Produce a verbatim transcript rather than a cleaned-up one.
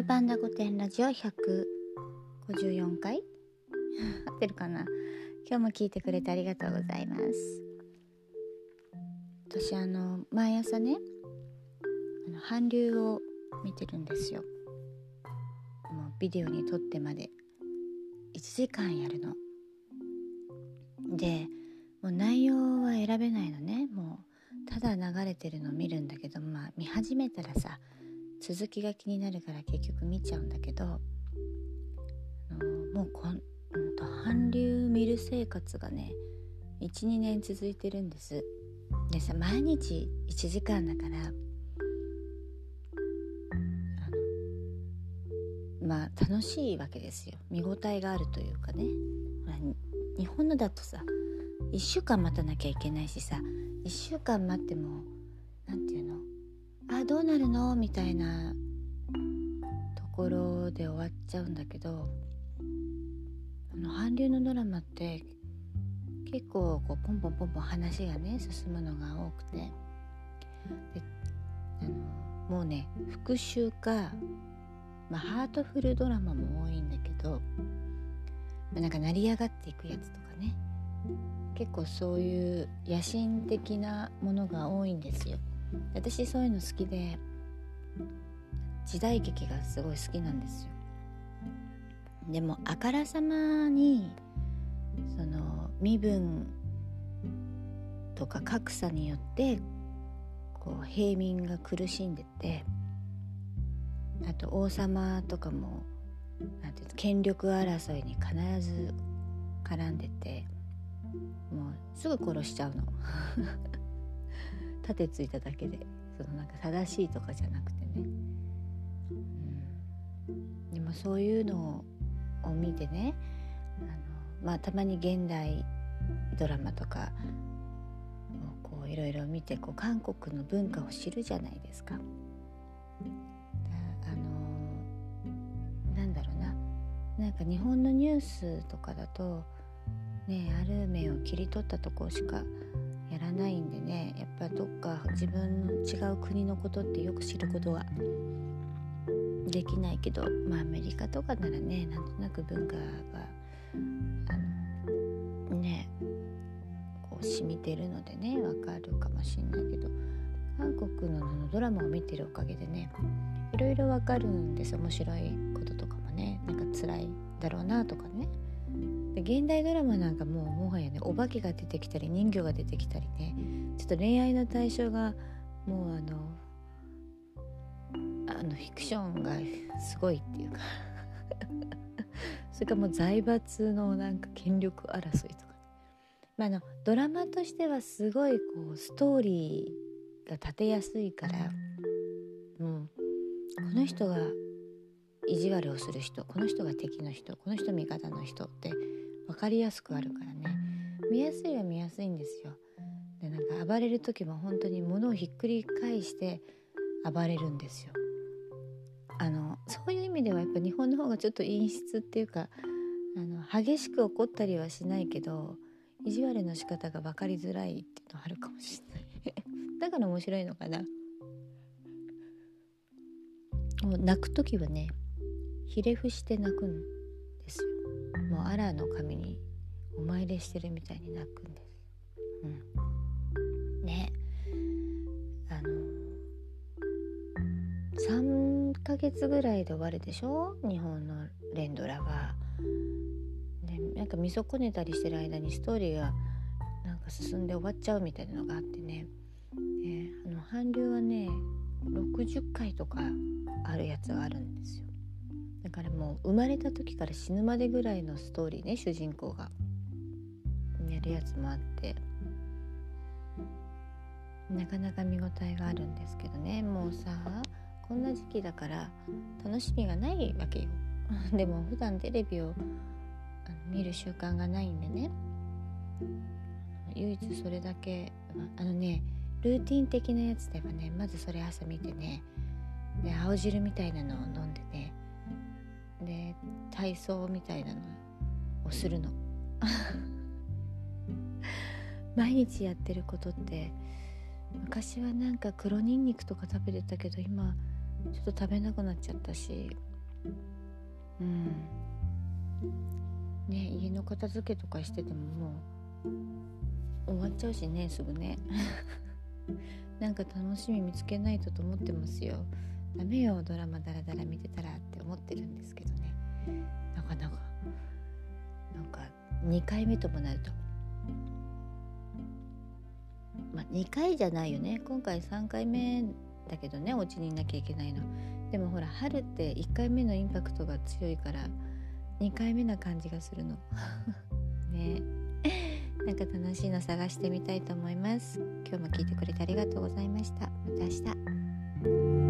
パンダ御殿ラジオひゃくごじゅうよんかい合ってるかな。今日も聞いてくれてありがとうございます。私あの毎朝ねあの韓流を見てるんですよ。もうビデオに撮ってまでいちじかんやるので、もう内容は選べないのね。もうただ流れてるのを見るんだけど、まあ見始めたらさ続きが気になるから結局見ちゃうんだけど、あのもうこん韓流見る生活がね いちにねん続いてるんです。でさ、毎日いちじかんだからあのまあ楽しいわけですよ。見応えがあるというかね。日本のだとさいっしゅうかん待たなきゃいけないしさ、いっしゅうかん待ってもなんていうの、あどうなるのみたいなところで終わっちゃうんだけど、あの韓流のドラマって結構こうポンポンポンポン話がね進むのが多くて、であのもうね復讐か、まあ、ハートフルドラマも多いんだけど、まあ、なんか成り上がっていくやつとかね、結構そういう野心的なものが多いんですよ。私そういうの好きで、時代劇がすごい好きなんですよ。でもあからさまにその身分とか格差によってこう平民が苦しんでて、あと王様とかもなんていうの、権力争いに必ず絡んでて、もうすぐ殺しちゃうの盾ついただけで、そのなんか正しいとかじゃなくてね、うん、でもそういうのを見てね、あの、まあ、たまに現代ドラマとかをこういろいろ見てこう韓国の文化を知るじゃないですか。あのなんだろうな、なんか日本のニュースとかだとね、ある面を切り取ったところしかやらないんでね、やっぱどっか自分の違う国のことってよく知ることはできないけど、まあアメリカとかならね、なんとなく文化があのねこう染みてるのでねわかるかもしれないけど、韓国のドラマを見てるおかげでねいろいろわかるんです。面白いこととかもね、なんか辛いだろうなとかね。で現代ドラマなんかもうもはやねお化けが出てきたり人魚が出てきたりね、ちょっと恋愛の対象がもうあのあのフィクションがすごいっていうかそれからもう財閥のなんか権力争いとか、まあ、あのドラマとしてはすごいこうストーリーが立てやすいから、うん、この人が意地悪をする人、この人が敵の人、この人味方の人って分かりやすくあるからね、見やすいは見やすいんですよ。でなんか暴れる時も本当に物をひっくり返して暴れるんですよ。あのそういう意味ではやっぱ日本の方がちょっと陰湿っていうか、あの激しく怒ったりはしないけど意地悪の仕方が分かりづらいっていうのはあるかもしれないだから面白いのかな。もう泣く時はねひれ伏して泣くんですよ。もうアラーの神にお参りしてるみたいに泣くんです、うん、ね。あのさんかげつぐらいで終わるでしょ、日本の連ドラは。でなんか見損ねたりしてる間にストーリーがなんか進んで終わっちゃうみたいなのがあってね、えー、あの韓流はねろくじゅっかいとかあるやつがあるんですよ。だからもう生まれた時から死ぬまでぐらいのストーリーね、主人公がやるやつもあって、なかなか見応えがあるんですけどね。もうさこんな時期だから楽しみがないわけよでも普段テレビをあの見る習慣がないんでね、唯一それだけあのねルーティン的なやつではね、まずそれ朝見てね、で青汁みたいなのを飲んでね、で体操みたいなのをするの毎日やってることって、昔はなんか黒ニンニクとか食べてたけど今ちょっと食べなくなっちゃったし、 うんね、家の片付けとかしててももう終わっちゃうしね、すぐねなんか楽しみ見つけないとと思ってますよ。ダメよドラマだらだら見てたらって思ってるんですけどね、なかなかなんかにかいめともなると、まあにかいじゃないよね、今回さんかいめだけどね、お家にいなきゃいけないの。でもほら春っていっかいめのインパクトが強いからにかいめな感じがするのね。なんか楽しいの探してみたいと思います。今日も聞いてくれてありがとうございました。また明日。